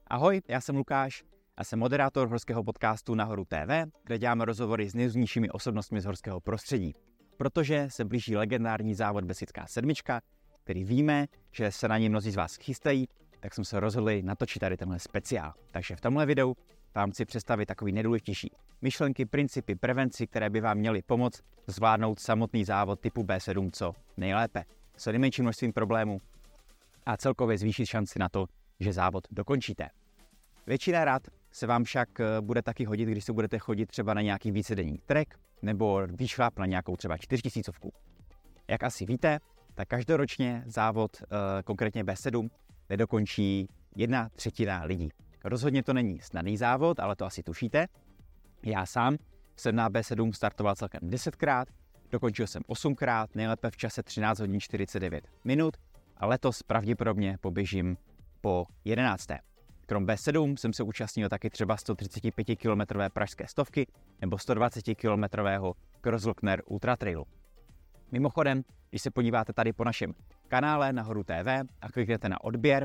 Ahoj, já jsem Lukáš a jsem moderátor horského podcastu Nahoru TV, kde děláme rozhovory s nejrůznějšími osobnostmi z horského prostředí. Protože se blíží legendární závod Beskidská sedmička, který víme, že se na něj mnozí z vás chystají, tak jsme se rozhodli natočit tady tenhle speciál. Takže v tomhle videu vám chci představit takový nejdůležitější myšlenky, principy, prevenci, které by vám měly pomoct zvládnout samotný závod typu B7 co nejlépe, s nejmenším množstvím problémů a celkově zvýšit šanci na to, že závod dokončíte. Většina rad se vám však bude taky hodit, když se budete chodit třeba na nějaký vícedenní trek nebo výšlap na nějakou třeba 4000. Jak asi víte, tak každoročně závod, konkrétně B7, nedokončí 1/3 lidí. Rozhodně to není snadný závod, ale to asi tušíte. Já sám jsem na B7 startoval celkem 10krát, dokončil jsem 8krát, nejlépe v čase 13 hodin 49 minut a letos pravděpodobně poběžím po 11. Krom B7 jsem se účastnil taky třeba 135km pražské stovky nebo 120km Großglockner Ultra Trailu. Mimochodem, když se podíváte tady po našem kanále Nahoru TV a kliknete na odběr,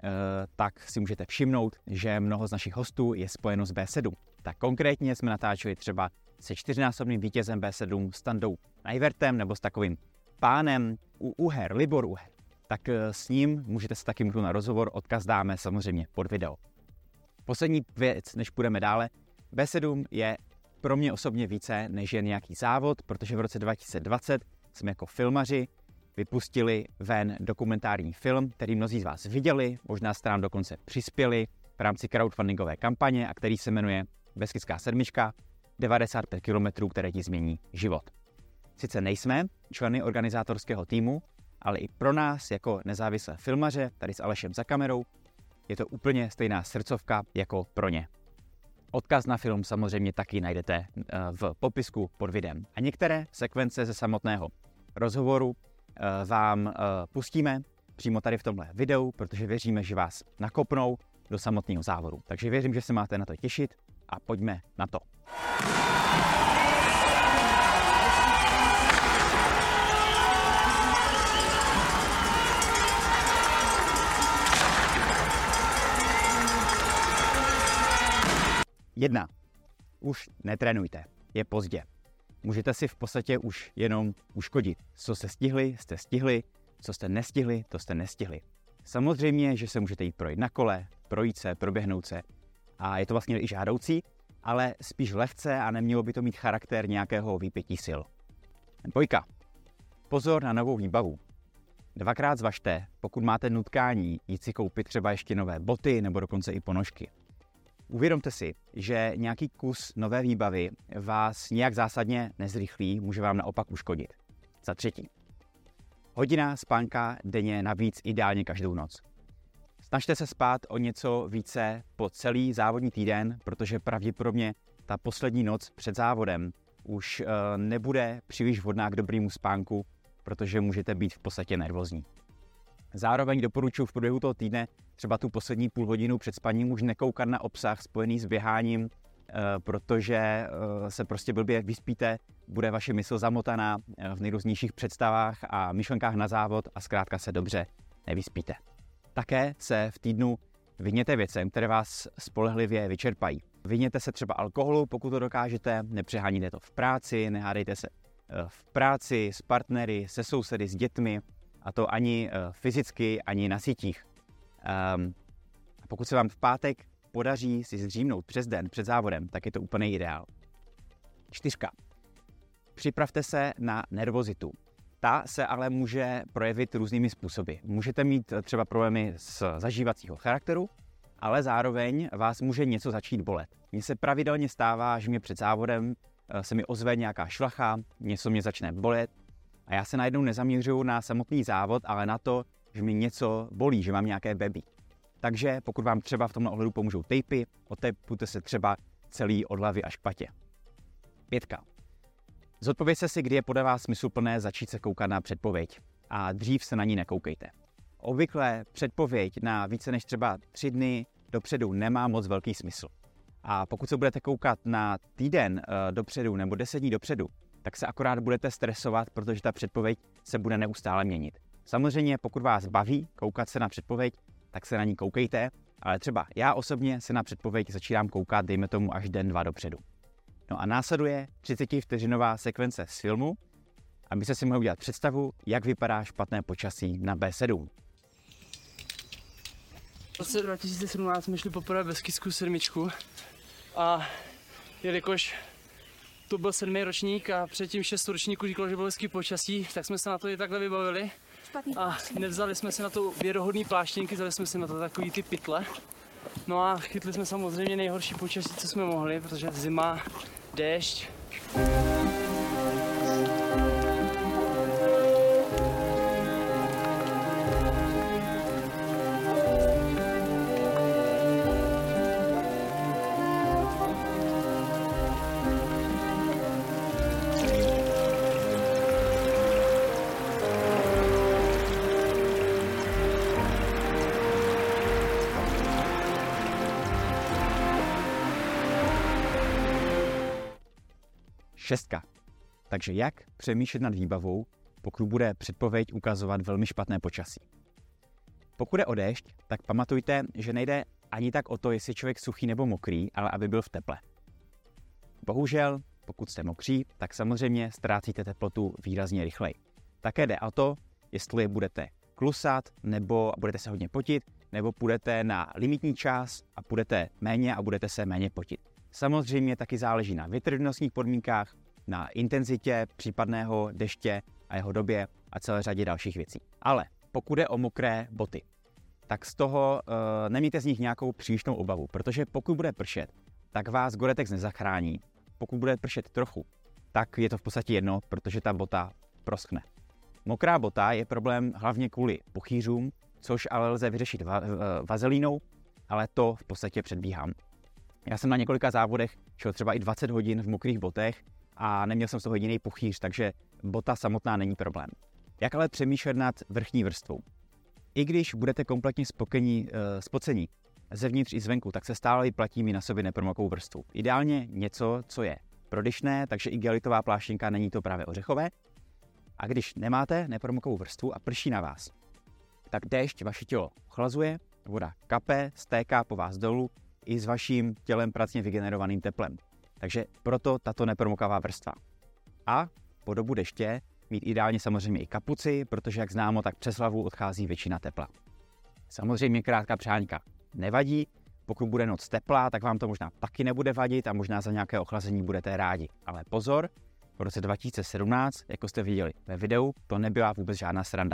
tak si můžete všimnout, že mnoho z našich hostů je spojeno s B7. Tak konkrétně jsme natáčeli třeba se 4násobným vítězem B7 Standou Najvertem nebo s takovým pánem Uher, Libor Uher. Tak s ním můžete se taky mluvit na rozhovor, odkaz dáme samozřejmě pod video. Poslední věc, než půjdeme dále, B7 je pro mě osobně více než jen nějaký závod, protože v roce 2020 jsme jako filmaři vypustili ven dokumentární film, který mnozí z vás viděli, možná jste nám dokonce přispěli v rámci crowdfundingové kampaně a který se jmenuje Beskidská sedmička, 95 km, které ti změní život. Sice nejsme členy organizátorského týmu, ale i pro nás jako nezávislé filmaře, tady s Alešem za kamerou, je to úplně stejná srdcovka jako pro ně. Odkaz na film samozřejmě taky najdete v popisku pod videem. A některé sekvence ze samotného rozhovoru vám pustíme přímo tady v tomhle videu, protože věříme, že vás nakopnou do samotného závodu. Takže věřím, že se máte na to těšit a pojďme na to. Jedna. Už netrénujte. Je pozdě. Můžete si v podstatě už jenom uškodit. Co jste stihli, jste stihli. Co jste nestihli, to jste nestihli. Samozřejmě, že se můžete jít projít na kole, projít se, proběhnout se. A je to vlastně i žádoucí, ale spíš lehce a nemělo by to mít charakter nějakého výpětí sil. Dvojka. Pozor na novou výbavu. Dvakrát zvažte, pokud máte nutkání, jít si koupit třeba ještě nové boty nebo dokonce i ponožky. Uvědomte si, že nějaký kus nové výbavy vás nějak zásadně nezrychlí, může vám naopak uškodit. Za třetí. Hodina spánka denně navíc ideálně každou noc. Snažte se spát o něco více po celý závodní týden, protože pravděpodobně ta poslední noc před závodem už nebude příliš vhodná k dobrému spánku, protože můžete být v podstatě nervózní. Zároveň doporučuji v průběhu toho týdne třeba tu poslední půl hodinu před spaním už nekoukat na obsah spojený s běháním, protože se prostě blbě vyspíte, bude vaše mysl zamotaná v nejrůznějších představách a myšlenkách na závod a zkrátka se dobře nevyspíte. Také se v týdnu vyhněte věcem, které vás spolehlivě vyčerpají. Vyhněte se třeba alkoholu, pokud to dokážete, nepřeháníte to v práci, nehádejte se v práci s partnery, se sousedy, s dětmi, a to ani fyzicky, ani na sítích. Pokud se vám v pátek podaří si zdřímnout přes den před závodem, tak je to úplný ideál. 4. Připravte se na nervozitu. Ta se ale může projevit různými způsoby. Můžete mít třeba problémy z zažívacího charakteru, ale zároveň vás může něco začít bolet. Mně se pravidelně stává, že mě před závodem se mi ozve nějaká šlacha, něco mě začne bolet a já se najednou nezaměřuju na samotný závod, ale na to, že mi něco bolí, že mám nějaké baby. Takže pokud vám třeba v tomhle ohledu pomůžou tejpy, otejpujte se třeba celý od hlavy až k patě. 5. Zodpovězte si, kdy je podle vás smysluplné začít se koukat na předpověď a dřív se na ní nekoukejte. Obvykle předpověď na více než třeba 3 dny dopředu nemá moc velký smysl. A pokud se budete koukat na týden dopředu nebo 10 dní dopředu, tak se akorát budete stresovat, protože ta předpověď se bude neustále měnit. Samozřejmě, pokud vás baví koukat se na předpověď, tak se na ní koukejte, ale třeba já osobně se na předpověď začínám koukat, dejme tomu, až den, 2 dopředu. No a následuje 30vteřinová sekvence z filmu, abyste si mohli udělat představu, jak vypadá špatné počasí na B7. V roce 2017 jsme šli poprvé Beskidskou sedmičku a jelikož to byl 7. ročník a předtím 6 ročníků říkalo, že bylo hezký počasí, tak jsme se na to i takhle vybavili a nevzali jsme si na to věrohodný pláštěnky, vzali jsme si na to takový ty pytle. No a chytli jsme samozřejmě nejhorší počasí, co jsme mohli, protože zima, déšť. Šestka. Takže jak přemýšlet nad výbavou, pokud bude předpověď ukazovat velmi špatné počasí? Pokud je o déšť, tak pamatujte, že nejde ani tak o to, jestli je člověk suchý nebo mokrý, ale aby byl v teple. Bohužel, pokud jste mokří, tak samozřejmě ztrácíte teplotu výrazně rychleji. Také jde o to, jestli budete klusat, nebo budete se hodně potit, nebo půjdete na limitní čas a půjdete méně a budete se méně potit. Samozřejmě taky záleží na větrnostních podmínkách, na intenzitě případného deště a jeho době a celé řadě dalších věcí. Ale pokud je o mokré boty, tak z toho nemějte z nich nějakou přílišnou obavu, protože pokud bude pršet, tak vás Gore-Tex nezachrání. Pokud bude pršet trochu, tak je to v podstatě jedno, protože ta bota proskne. Mokrá bota je problém hlavně kvůli puchýřům, což ale lze vyřešit vazelínou, ale to v podstatě předbíhám. Já jsem na několika závodech šel třeba i 20 hodin v mokrých botech a neměl jsem z toho jediný puchýř, takže bota samotná není problém. Jak ale přemýšlet nad vrchní vrstvou? I když budete kompletně spocení zevnitř i zvenku, tak se stále vyplatí mít na sobě nepromokovou vrstvu. Ideálně něco, co je prodyšné, takže igelitová pláštěnka, není to právě ořechové. A když nemáte nepromokovou vrstvu a prší na vás, tak déšť vaše tělo ochlazuje, voda kape, stéká po vás dolů i s vaším tělem pracně vygenerovaným teplem. Takže proto tato nepromokavá vrstva. A po dobu deště mít ideálně samozřejmě i kapuci, protože jak známo, tak přes hlavu odchází většina tepla. Samozřejmě krátká přáňka nevadí, pokud bude noc teplá, tak vám to možná taky nebude vadit a možná za nějaké ochlazení budete rádi. Ale pozor, v roce 2017, jako jste viděli ve videu, to nebyla vůbec žádná sranda.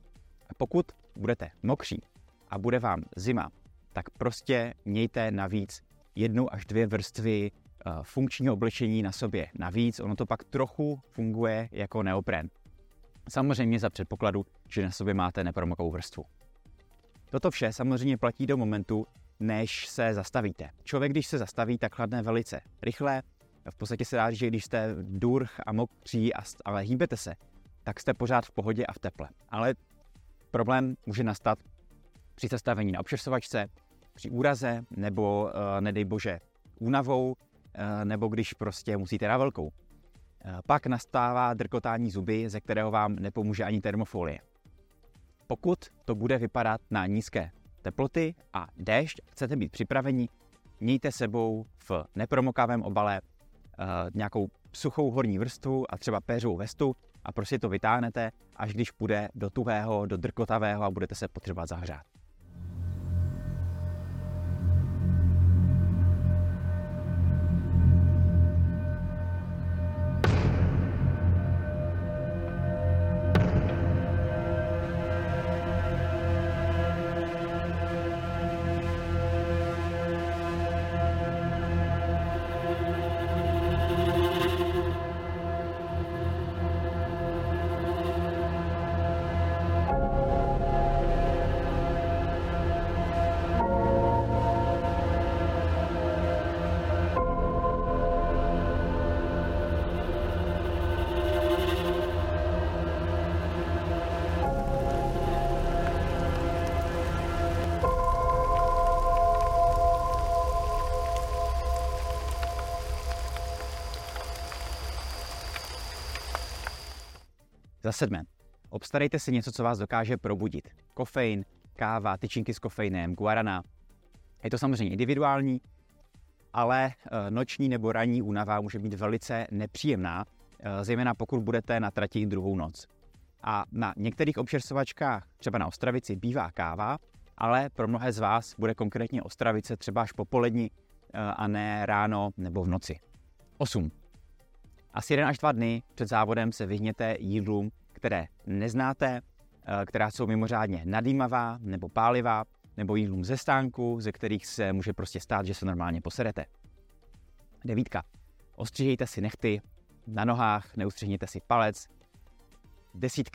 A pokud budete mokří a bude vám zima, tak prostě mějte navíc 1 až 2 vrstvy funkčního oblečení na sobě navíc, ono to pak trochu funguje jako neopren. Samozřejmě za předpokladu, že na sobě máte nepromokovou vrstvu. Toto vše samozřejmě platí do momentu, než se zastavíte. Člověk, když se zastaví, tak chladne velice rychle. V podstatě se dá říct, že když jste durch a mokří, ale hýbete se, tak jste pořád v pohodě a v teple. Ale problém může nastat při zastavení na občerstvovačce, při úraze nebo nedej bože únavou, nebo když prostě musíte na velkou. Pak nastává drkotání zuby, ze kterého vám nepomůže ani termofolie. Pokud to bude vypadat na nízké teploty a déšť, chcete být připraveni, mějte sebou v nepromokavém obale nějakou suchou horní vrstvu a třeba péřovou vestu a prostě to vytáhnete, až když půjde do tuhého, do drkotavého a budete se potřebovat zahřát. Za 7. Obstarejte si něco, co vás dokáže probudit. Kofein, káva, tyčinky s kofeinem, guarana. Je to samozřejmě individuální, ale noční nebo ranní únava může být velice nepříjemná, zejména pokud budete na trati druhou noc. A na některých občerstvovačkách, třeba na Ostravici, bývá káva, ale pro mnohé z vás bude konkrétně Ostravice třeba až po poledni a ne ráno nebo v noci. 8. Asi 1 až 2 dny před závodem se vyhněte jídlům, které neznáte, která jsou mimořádně nadýmavá nebo pálivá, nebo jídlům ze stánku, ze kterých se může prostě stát, že se normálně poserete. 9. Ostříhejte si nehty na nohách, neustřihněte si palec. 10.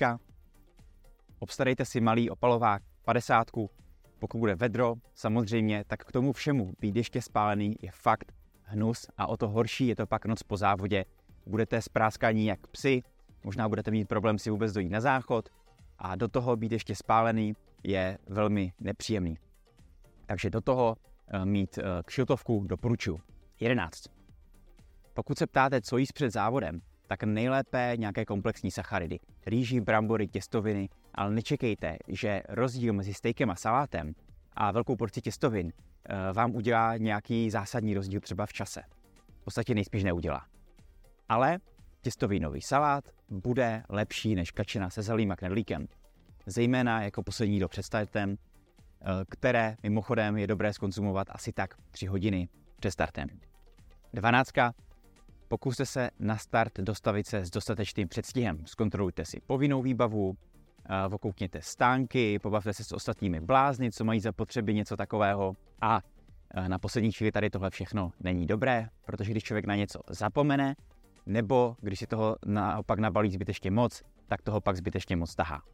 Obstarejte si malý opalovák 50. Pokud bude vedro, samozřejmě, tak k tomu všemu být ještě spálený je fakt hnus a o to horší je to pak noc po závodě. Budete spráskaní jak psi, možná budete mít problém si vůbec dojít na záchod a do toho být ještě spálený je velmi nepříjemný. Takže do toho mít kšiltovku doporučuji. 11. Pokud se ptáte, co jíst před závodem, tak nejlépe nějaké komplexní sacharidy. Rýži, brambory, těstoviny, ale nečekejte, že rozdíl mezi stejkem a salátem a velkou porcí těstovin vám udělá nějaký zásadní rozdíl třeba v čase. V podstatě nejspíš neudělá. Ale těstovinový salát bude lepší než kačina se zelím a knedlíkem. Zejména jako poslední jídlo před startem, které mimochodem je dobré zkonzumovat asi tak 3 hodiny před startem. 12. Pokuste se na start dostavit se s dostatečným předstihem. Zkontrolujte si povinnou výbavu, okoukněte stánky, pobavte se s ostatními blázny, co mají zapotřebí něco takového. A na poslední chvíli tady tohle všechno není dobré, protože když člověk na něco zapomene, nebo když si toho naopak nabalí zbytečně moc, tak toho pak zbytečně moc tahá.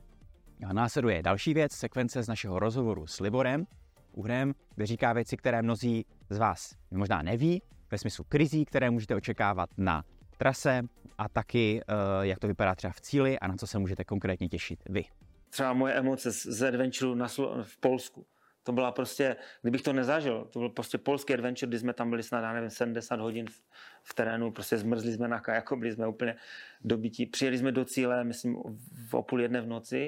A následuje další věc, sekvence z našeho rozhovoru s Liborem Uhrem, kde říká věci, které mnozí z vás možná neví, ve smyslu krizí, které můžete očekávat na trase a taky, jak to vypadá třeba v cíli a na co se můžete konkrétně těšit vy. Třeba moje emoce z adventureu v Polsku. To byla prostě, kdybych to nezažil, to byl prostě polský adventure, kdy jsme tam byli snad, nevím, 70 hodin v terénu, prostě zmrzli jsme na kajako, byli jsme úplně dobití. Přijeli jsme do cíle, myslím, v 12:30 v noci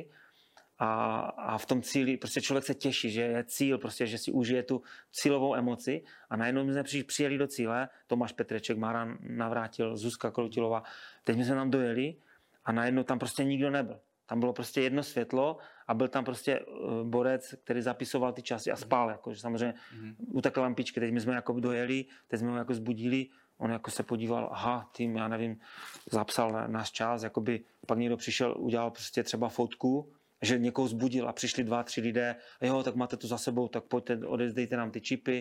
a v tom cíli prostě člověk se těší, že je cíl, prostě, že si užije tu cílovou emoci a najednou jsme přijeli do cíle, Tomáš Petreček, Mára Navrátil, Zuzka Kroutilová, teď jsme tam dojeli a najednou tam prostě nikdo nebyl. Tam bylo prostě jedno světlo a byl tam prostě borec, který zapisoval ty časy a spál. Jakože samozřejmě utekl lampičky, teď my jsme jako dojeli, teď jsme ho jako zbudili, on jako se podíval, aha, tým, já nevím, zapsal náš čas, jakoby, pak někdo přišel, udělal prostě třeba fotku, že někoho zbudil a přišli 2-3 lidé, jo, tak máte to za sebou, tak pojďte, odezdejte nám ty čipy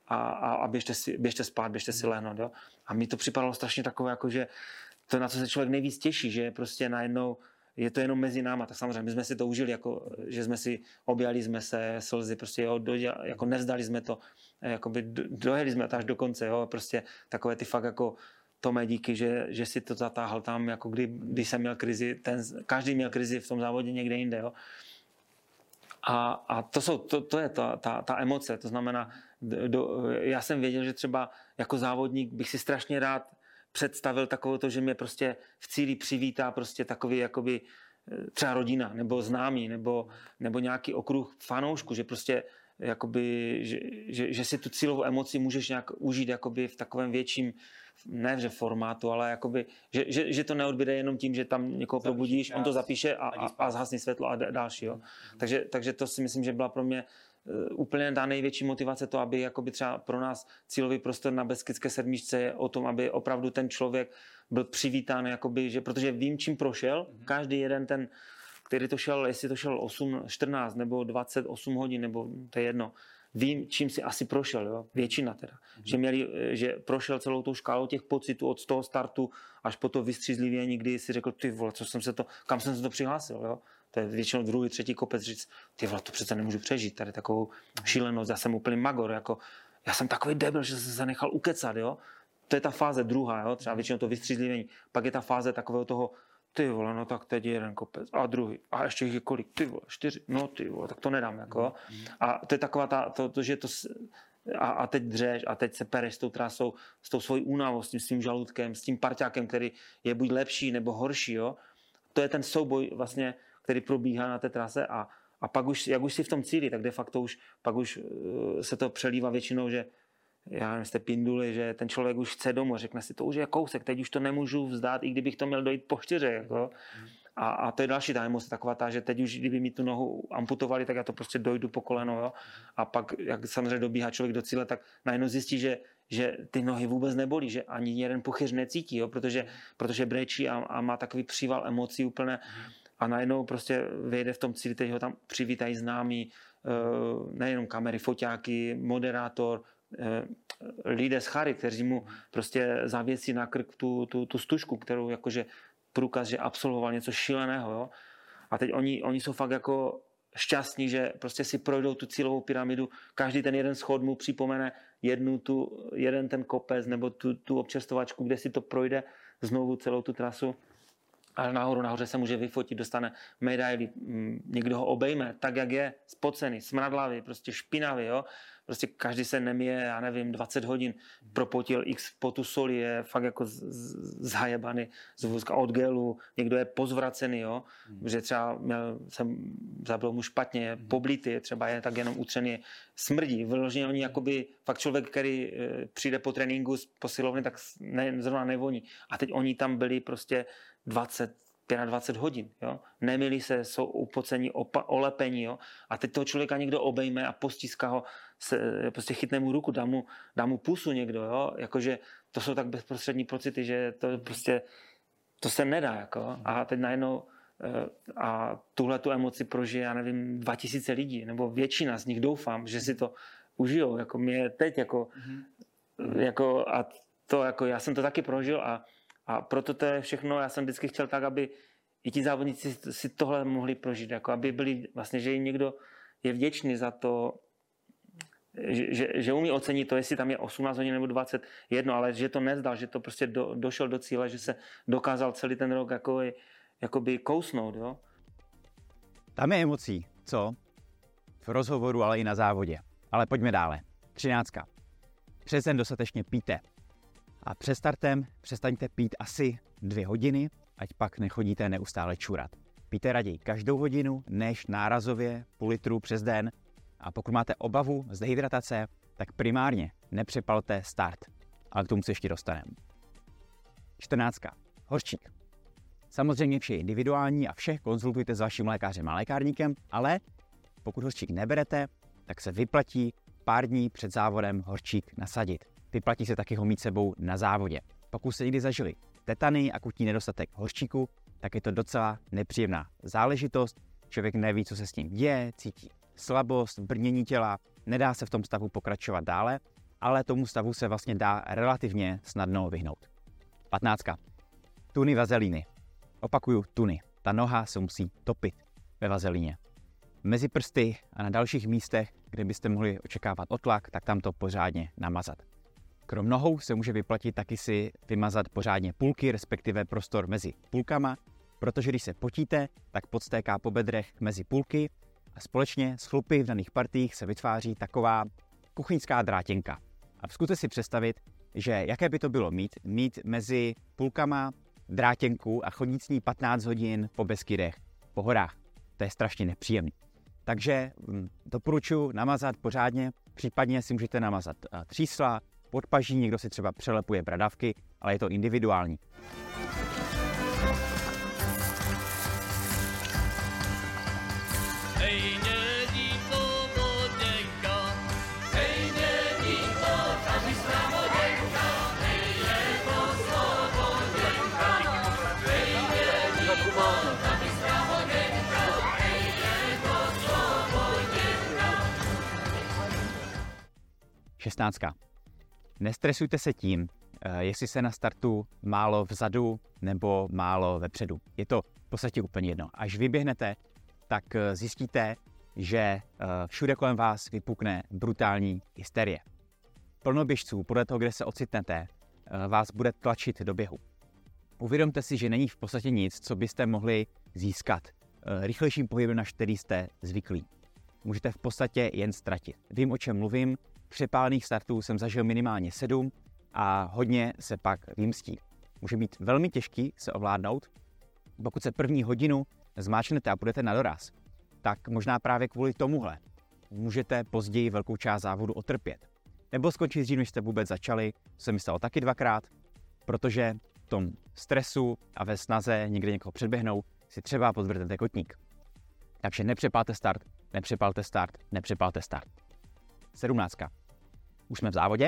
a běžte spát, běžte si lehnout, jo. A mi to připadalo strašně takové, jako že to, na co se člověk nejvíc těší, že prostě najednou je to jenom mezi náma, tak samozřejmě my jsme si to užili, jako, že jsme si objali jsme se slzy, prostě jo, jako nevzdali jsme to, jakoby dojeli jsme to až do konce, jo, prostě takové ty fakt jako Tome, díky, že si to zatáhl tam, jako když jsem měl krizi, každý měl krizi v tom závodě někde jinde, jo. A to je ta emoce, to znamená, já jsem věděl, že třeba jako závodník bych si strašně rád představil takové to, že mě prostě v cíli přivítá prostě takový jakoby třeba rodina, nebo známí, nebo nějaký okruh fanoušku, že prostě jakoby, že si tu cílovou emoci můžeš nějak užít jakoby v takovém větším, ne že formátu, ale jakoby, že to neodbyde jenom tím, že tam někoho probudíš, on to zapíše a zhasní světlo a další. Jo. Takže to si myslím, že byla pro mě úplně ta největší motivace to, aby jakoby třeba pro nás cílový prostor na Beskydské sedmičce je o tom, aby opravdu ten člověk byl přivítán, jakoby, že, protože vím, čím prošel, každý jeden ten, který to šel, jestli to šel 8, 14 nebo 28 hodin, nebo to je jedno, vím, čím si asi prošel, jo? Většina teda. Že prošel celou tou škálou těch pocitů od toho startu až po to vystřízlivění, kdy si řekl, ty vole, kam jsem se to přihlásil, jo? To je většinou druhý, třetí kopec říct, ty vole, to přece nemůžu přežít, tady takovou šílenost, já jsem úplný magor, jako, já jsem takový debil, že jsem se nechal ukecat, jo? To je ta fáze druhá, jo? Třeba většinou to vystřízlivění, pak je ta fáze takového toho, ty vole, no tak teď je jeden kopec a druhý a ještě jich je kolik, ty vole, 4, no ty vole, tak to nedám, jako. A to je taková že to a teď dřeš a teď se pereš s tou trasou, s tou svojí únavou, s tím svým žaludkem, s tím parťákem, který je buď lepší nebo horší, jo. To je ten souboj vlastně, který probíhá na té trase a A pak už, jak už jsi v tom cíli, tak de facto pak už se to přelívá většinou, že já nevím, jste pinduli, že ten člověk už chce domů, řekne si, to už je kousek, teď už to nemůžu vzdát, i kdybych to měl dojít po 4. Jako. A to je další ta emoce, taková ta, že teď už, kdyby mi tu nohu amputovali, tak já to prostě dojdu po koleno. Jo? A pak, jak samozřejmě dobíhá člověk do cíle, tak najednou zjistí, že ty nohy vůbec nebolí, že ani jeden puchyř necítí, jo? Protože brečí a má takový příval emocí úplně. A najednou prostě vyjde v tom cíli, teď ho tam přivítají známí, nejenom kamery, foťáky, moderátor, lidé z Chary, kteří mu prostě zavěsí na krk tu stužku, kterou jakože průkaz, že absolvoval něco šíleného. Jo? A teď oni jsou fakt jako šťastní, že prostě si projdou tu cílovou pyramidu, každý ten jeden schod mu připomene jeden ten kopec nebo tu občerstvovačku, kde si to projde znovu celou tu trasu. Ale nahoře se může vyfotit, dostane medaili, někdo ho obejme, tak jak je, spocený, smradlavý, prostě špinavý, jo. Prostě každý se nemije, já nevím, 20 hodin, propotil x potu soli, je fakt jako zajebaný z vůzka od gelu, někdo je pozvracený, jo. Že třeba zabil mu špatně, poblitý, třeba je tak jenom utřený, smrdí, vyloženě oni jakoby, fakt člověk, který přijde po tréninku z posilovny, tak zrovna nevoní. A teď oni tam byli prostě 25 hodin, jo? Nemili se, jsou upocení, olepení, jo? A teď toho člověka někdo obejme a postíská ho, prostě chytne mu ruku, dá mu pusu někdo, jo? Jakože to jsou tak bezprostřední pocity, že to prostě, to se nedá, jako. A teď najednou a tuhle tu emoci prožije, já nevím, 2000 lidí, nebo většina z nich, doufám, že si to užijou, jako mě teď, jako a to, jako já jsem to taky prožil a proto to je všechno, já jsem vždycky chtěl tak, aby i ti závodníci si tohle mohli prožít, jako aby byli vlastně, že jim někdo je vděčný za to, že umí ocenit to, jestli tam je 18 hodin nebo 21, ale že to nezdal, že to prostě došel do cíle, že se dokázal celý ten rok jakoby kousnout, jo. Tam je emocí, co? V rozhovoru, ale i na závodě. Ale pojďme dále. 13. Přes den dostatečně pijte. A před startem přestaňte pít asi 2 hodiny, ať pak nechodíte neustále čurat. Pijte raději každou hodinu, než nárazově půl litru přes den. A pokud máte obavu z dehydratace, tak primárně nepřepalte start. Ale k tomu se ještě dostaneme. 14. Hořčík. Samozřejmě vše je individuální a vše konzultujte s vaším lékařem a lékárníkem, ale pokud hořčík neberete, tak se vyplatí pár dní před závodem hořčík nasadit. Vyplatí se taky ho mít sebou na závodě. Pokud jste někdy zažili tetany, akutní nedostatek hořčíku, tak je to docela nepříjemná záležitost. Člověk neví, co se s ním děje, cítí slabost, brnění těla, nedá se v tom stavu pokračovat dále, ale tomu stavu se vlastně dá relativně snadno vyhnout. 15. Tuny vazelíny. Opakuju, tuny. Ta noha se musí topit ve vazelíně. Mezi prsty a na dalších místech, kde byste mohli očekávat otlak, tak tam to pořádně namazat. Krom nohou se může vyplatit taky si vymazat pořádně půlky, respektive prostor mezi půlkama, protože když se potíte, tak podstéká po bedrech mezi půlky a společně s chlupy v daných partiích se vytváří taková kuchyňská drátěnka. A zkuste si představit, že jaké by to bylo mít mezi půlkama drátěnku a chodit s ní 15 hodin po Beskydech, po horách. To je strašně nepříjemný. Takže doporučuji namazat pořádně, případně si můžete namazat třísla, podpaží, někdo si třeba přelepuje bradavky, ale je to individuální. Šestnáctka. Nestresujte se tím, jestli se na startu málo vzadu nebo málo vepředu. Je to v podstatě úplně jedno. Až vyběhnete, tak zjistíte, že všude kolem vás vypukne brutální hysterie. Plno běžců, podle toho, kde se ocitnete, vás bude tlačit do běhu. Uvědomte si, že není v podstatě nic, co byste mohli získat rychlejším pohybem, na který jste zvyklí. Můžete v podstatě jen ztratit. Vím, o čem mluvím. Přepálených startů jsem zažil minimálně 7 a hodně se pak vymstí. Může být velmi těžký se ovládnout, pokud se první hodinu zmáčknete a půjdete na doraz. tak možná právě kvůli tomuhle můžete později velkou část závodu otrpět. Nebo skončit dřív, než jste vůbec začali, to se mi stalo taky 2krát, protože v tom stresu a ve snaze někde někoho předběhnout si třeba podvrtnete kotník. Takže nepřepalte start, nepřepalte start, nepřepalte start. 17. Už jsme v závodě.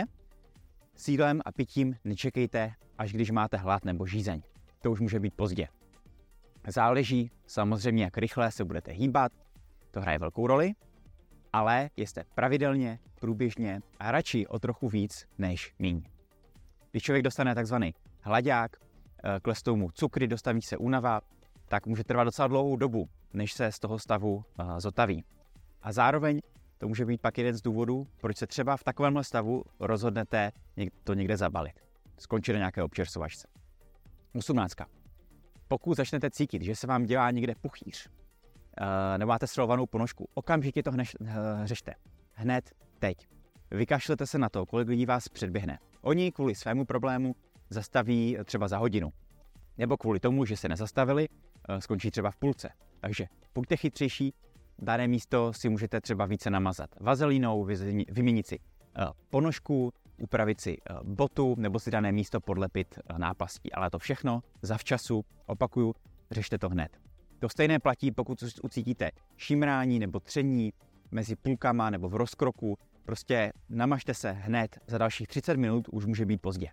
S jídlem a pitím nečekejte, až když máte hlad nebo žízeň. To už může být pozdě. Záleží samozřejmě, jak rychle se budete hýbat, to hraje velkou roli, ale jste pravidelně, průběžně a radši o trochu víc než míň. Když člověk dostane takzvaný hlaďák, klestou mu cukry, dostaví se únava, tak může trvat docela dlouhou dobu, než se z toho stavu zotaví. A zároveň to může být pak jeden z důvodů, proč se třeba v takovémhle stavu rozhodnete to někde zabalit. Skončit na nějaké občerstvovačce. 18. Pokud začnete cítit, že se vám dělá někde puchýř, nebo máte střelovanou ponožku, okamžitě to řešte. Hned, teď. Vykašlete se na to, kolik lidí vás předběhne. Oni kvůli svému problému zastaví třeba za hodinu. Nebo kvůli tomu, že se nezastavili, skončí třeba v půlce. Takže buďte chytřejší, dané místo si můžete třeba více namazat vazelínou, vyměnit si ponožku, upravit si botu nebo si dané místo podlepit náplastí. Ale to všechno zavčasu, opakuju, řešte to hned. To stejné platí, pokud ucítíte šimrání nebo tření mezi půlkama nebo v rozkroku. Prostě namažte se hned, za dalších 30 minut už může být pozdě.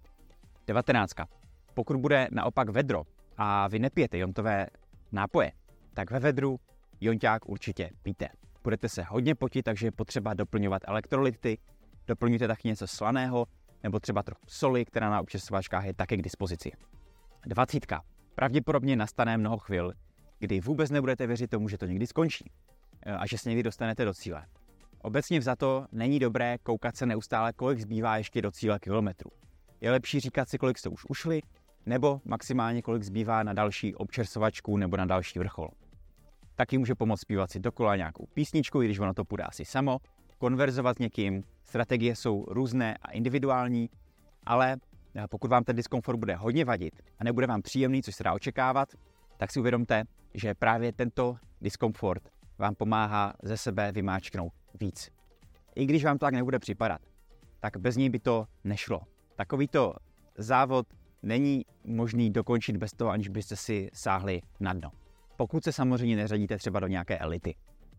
19. Pokud bude naopak vedro a vy nepijete jontové nápoje, tak ve vedru jonťák určitě pijte. Budete se hodně potit, takže je potřeba doplňovat elektrolyty, doplňujte taky něco slaného nebo třeba trochu soli, která na občerstvovačkách je také k dispozici. 20. Pravděpodobně nastane mnoho chvil, kdy vůbec nebudete věřit tomu, že to někdy skončí a že se někdy dostanete do cíle. Obecně vzato není dobré koukat se neustále, kolik zbývá ještě do cíle kilometru. Je lepší říkat si, kolik jste už ušli, nebo maximálně kolik zbývá na další občerstvovačku nebo na další vrchol. Taky může pomoct zpívat si dokola nějakou písničku, i když ono to půjde asi samo, konverzovat s někým, strategie jsou různé a individuální, ale pokud vám ten diskomfort bude hodně vadit a nebude vám příjemný, což se dá očekávat, tak si uvědomte, že právě tento diskomfort vám pomáhá ze sebe vymáčknout víc. I když vám to tak nebude připadat, tak bez něj by to nešlo. Takovýto závod není možný dokončit bez toho, aniž byste si sáhli na dno. Pokud se samozřejmě neřadíte třeba do nějaké elity.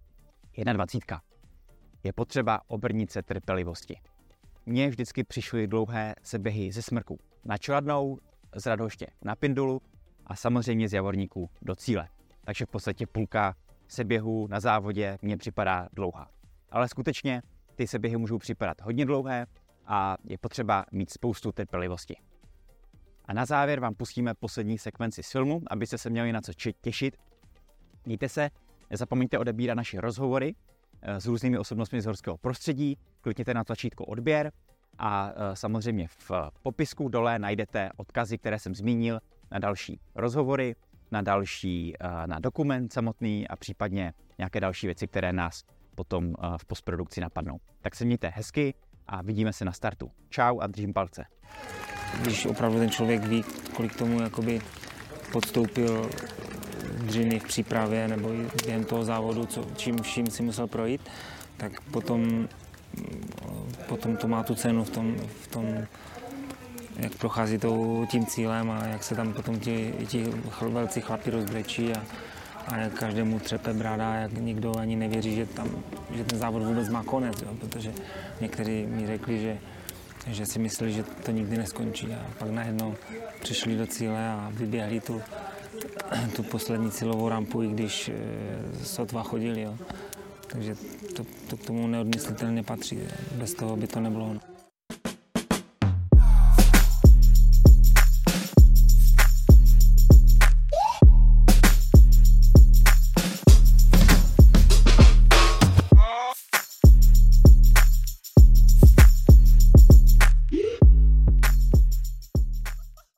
21. Je potřeba obrnit se trpělivosti. Mně vždycky přišly dlouhé seběhy ze Smrků na Čeladnou, z Radhoště na Pindulu a samozřejmě z Javorníků do cíle. Takže v podstatě půlka seběhů na závodě mně připadá dlouhá. Ale skutečně ty seběhy můžou připadat hodně dlouhé a je potřeba mít spoustu trpělivosti. A na závěr vám pustíme poslední sekvenci z filmu, abyste se měli na co těšit. Mějte se, nezapomeňte odebírat naše rozhovory s různými osobnostmi z horského prostředí, klikněte na tlačítko odběr a samozřejmě v popisku dole najdete odkazy, které jsem zmínil, na další rozhovory, na dokument samotný a případně nějaké další věci, které nás potom v postprodukci napadnou. Tak se mějte hezky a vidíme se na startu. Čau a držím palce. Když opravdu ten člověk ví, kolik tomu jakoby podstoupil dřiny v přípravě nebo během toho závodu, čím vším si musel projít, tak potom to má tu cenu v tom jak prochází tím cílem a jak se tam potom ti velcí chlapi rozbrečí a jak každému třepe bráda, jak nikdo ani nevěří, že ten závod vůbec má konec, jo, protože někteří mi řekli, že si mysleli, že to nikdy neskončí a pak najednou přišli do cíle a vyběhli tu poslední cílovou rampu, i když sotva chodili. Jo. Takže to k tomu neodmyslitelně patří, bez toho by to nebylo.